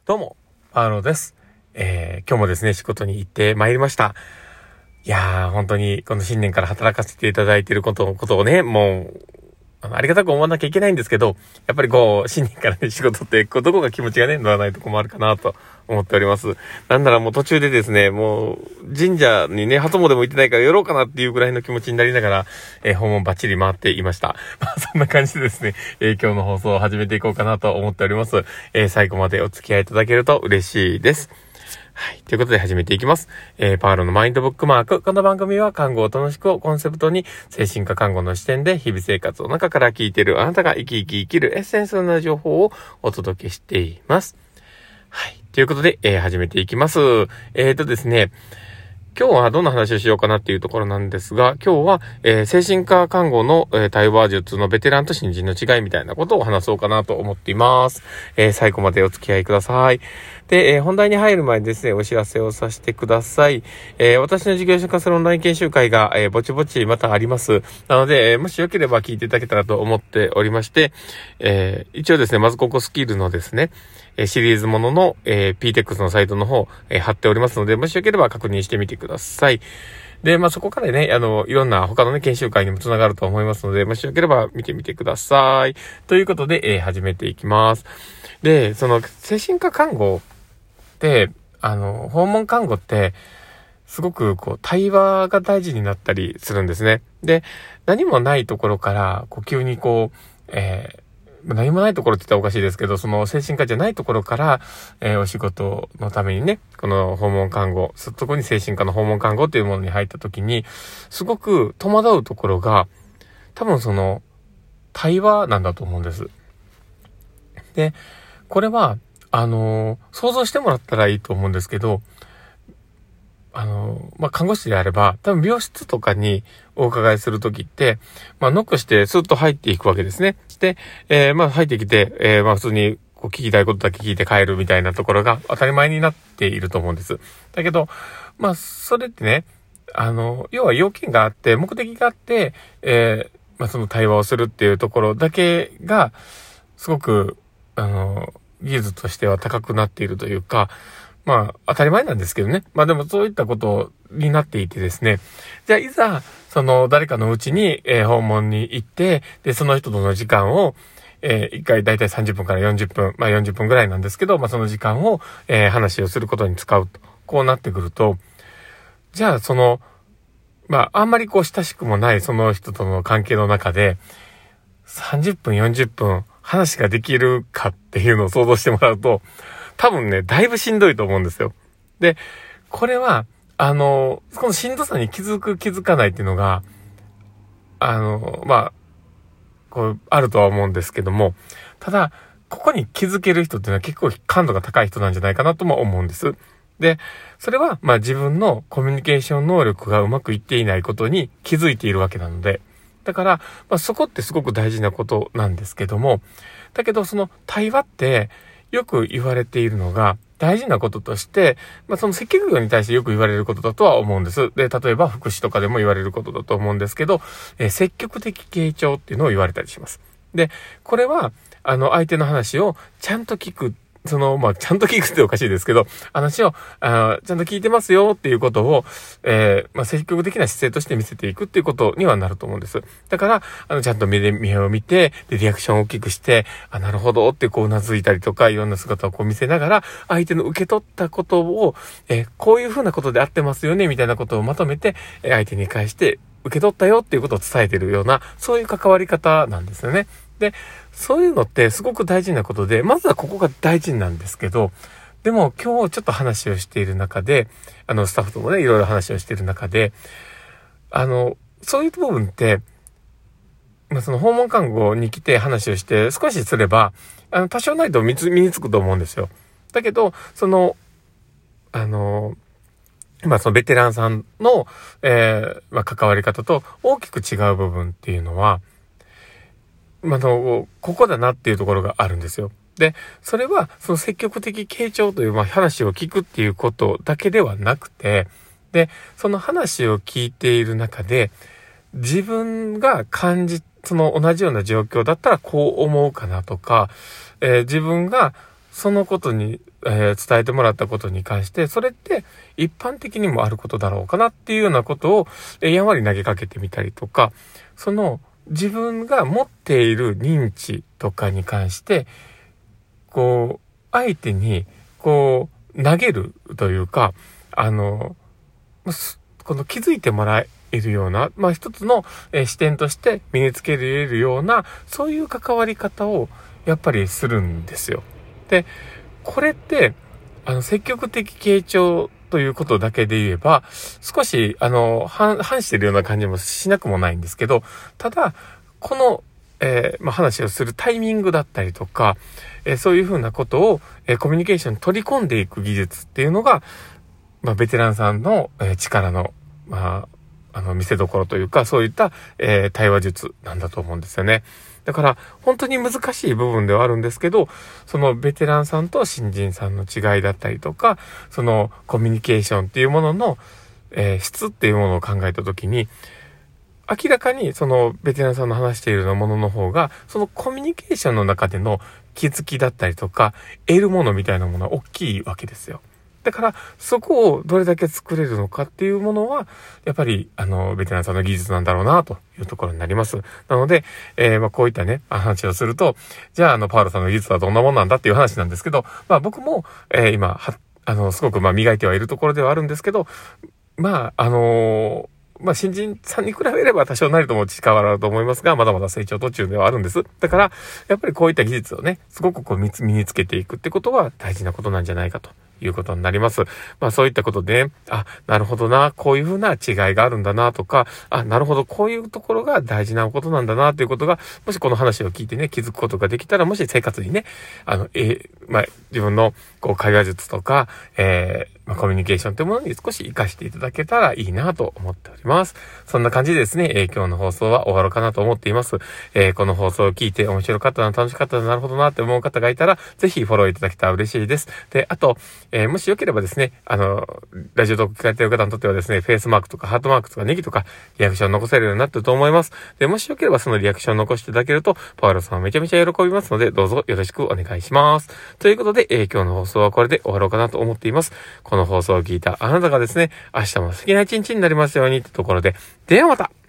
どうも、パウロです。今日もですね、仕事に行ってまいりました。いやー、本当にこの新年から働かせていただいていることをね、もう、ありがたく思わなきゃいけないんですけど、やっぱり新年からね、仕事って、どこが気持ちがね、乗らないとこもあるかなと思っております。なんならもう途中でですね、もう、神社にね、初詣も行ってないから寄ろうかなっていうぐらいの気持ちになりながら、訪問バッチリ回っていました。そんな感じでですね、今日の放送を始めていこうかなと思っております。最後までお付き合いいただけると嬉しいです。はい。ということで始めていきます。パールのマインドブックマーク。この番組は看護を楽しくをコンセプトに精神科看護の視点で日々生活の中から聞いているあなたが生きるエッセンスの情報をお届けしています。はい。ということで、始めていきます。ですね、今日はどんな話をしようかなっていうところなんですが、今日は、精神科看護の、対話術のベテランと新人の違いみたいなことを話そうかなと思っています。最後までお付き合いください。で、本題に入る前にですね、お知らせをさせてください。私の事業者化するオンライン研修会が、ぼちぼちまたあります。なので、もしよければ聞いていただけたらと思っておりまして、一応ですね、まずここスキルのですね、シリーズものの、PTEX のサイトの方、貼っておりますので、もしよければ確認してみてください。で、そこからね、いろんな他のね、研修会にもつながると思いますので、もしよければ見てみてください。ということで、始めていきます。で、精神科看護って、訪問看護って、すごく対話が大事になったりするんですね。で、何もないところから、急に何もないところって言ったらおかしいですけど、その精神科じゃないところから、お仕事のためにね、この訪問看護、そこに精神科の訪問看護っていうものに入った時に、すごく戸惑うところが、多分対話なんだと思うんです。で、これは、想像してもらったらいいと思うんですけど、看護師であれば、多分病室とかにお伺いするときって、ノックしてスッと入っていくわけですね。で、入ってきて、普通に聞きたいことだけ聞いて帰るみたいなところが当たり前になっていると思うんです。だけど、それってね、要は要件があって、目的があって、その対話をするっていうところだけが、すごく、技術としては高くなっているというか、当たり前なんですけどね。でもそういったことになっていてですね。じゃあいざ、誰かのうちに、訪問に行って、で、その人との時間を、一回だいたい30分から40分、40分ぐらいなんですけど、その時間を、話をすることに使うと。こうなってくると、じゃああんまり親しくもないその人との関係の中で、30分、40分話ができるかっていうのを想像してもらうと、多分ね、だいぶしんどいと思うんですよ。で、これは、このしんどさに気づかないっていうのが、あるとは思うんですけども、ただ、ここに気づける人っていうのは結構感度が高い人なんじゃないかなとも思うんです。で、それは、自分のコミュニケーション能力がうまくいっていないことに気づいているわけなので、だから、そこってすごく大事なことなんですけども、だけどその対話って、よく言われているのが、大事なこととして、その接客業に対してよく言われることだとは思うんです。で、例えば福祉とかでも言われることだと思うんですけど、積極的傾聴っていうのを言われたりします。で、これは、相手の話をちゃんと聞く。ちゃんと聞くっておかしいですけど、話を、ちゃんと聞いてますよっていうことを、積極的な姿勢として見せていくっていうことにはなると思うんです。だから、ちゃんと目を見て、で、リアクションを大きくして、なるほどって頷いたりとか、いろんな姿を見せながら、相手の受け取ったことを、こういうふうなことで合ってますよね、みたいなことをまとめて、相手に返して、受け取ったよっていうことを伝えているような、そういう関わり方なんですよね。で、そういうのってすごく大事なことで、まずはここが大事なんですけど、でも今日ちょっと話をしている中で、スタッフともね、いろいろ話をしている中で、そういう部分って、その訪問看護に来て話をして少しすれば、多少ないと身につくと思うんですよ。だけど、そのベテランさんの、関わり方と大きく違う部分っていうのは、ここだなっていうところがあるんですよ。で、それは、その積極的傾聴という、話を聞くっていうことだけではなくて、で、その話を聞いている中で、自分がその同じような状況だったらこう思うかなとか、自分がそのことに、伝えてもらったことに関して、それって一般的にもあることだろうかなっていうようなことを、やんわり投げかけてみたりとか、その自分が持っている認知とかに関して、こう、相手に、こう、投げるというか、この気づいてもらえるような、一つの、視点として身につけられるような、そういう関わり方をやっぱりするんですよ。で、これって、積極的傾聴ということだけで言えば、少し、反してるような感じもしなくもないんですけど、ただ、この、話をするタイミングだったりとか、そういうふうなことを、コミュニケーションに取り込んでいく技術っていうのが、ベテランさんの、力の、見せ所というか、そういった、対話術なんだと思うんですよね。だから、本当に難しい部分ではあるんですけど、そのベテランさんと新人さんの違いだったりとか、そのコミュニケーションっていうものの、質っていうものを考えたときに、明らかにそのベテランさんの話しているようなものの方が、そのコミュニケーションの中での気づきだったりとか、得るものみたいなものは大きいわけですよ。だから、そこをどれだけ作れるのかっていうものは、やっぱり、ベテランさんの技術なんだろうな、というところになります。なので、こういったね、話をすると、じゃあ、パウロさんの技術はどんなもんなんだっていう話なんですけど、僕も、今、すごく、磨いてはいるところではあるんですけど、新人さんに比べれば多少なりとも力はあると思いますが、まだまだ成長途中ではあるんです。だから、やっぱりこういった技術をね、すごく身につけていくってことは大事なことなんじゃないかということになります。そういったことで、なるほどな、こういうふうな違いがあるんだなとか、なるほど、こういうところが大事なことなんだなということが、もしこの話を聞いてね、気づくことができたら、もし生活にね、自分の会話術とか、コミュニケーションというものに少し活かしていただけたらいいなと思っております。そんな感じでですね、今日の放送は終わろうかなと思っています。この放送を聞いて面白かったな、楽しかったな、なるほどなって思う方がいたら、ぜひフォローいただけたら嬉しいです。で、あと、もしよければですね、ラジオトーク聞かれている方にとってはですね、フェイスマークとかハートマークとかネギとかリアクション残せるようになってると思います。で、もしよければそのリアクション残していただけると、パウロさんはめちゃめちゃ喜びますので、どうぞよろしくお願いします。ということで、今日の放送はこれで終わろうかなと思っています。この放送を聞いたあなたがですね、明日も素敵な一日になりますようにってところで、ではまた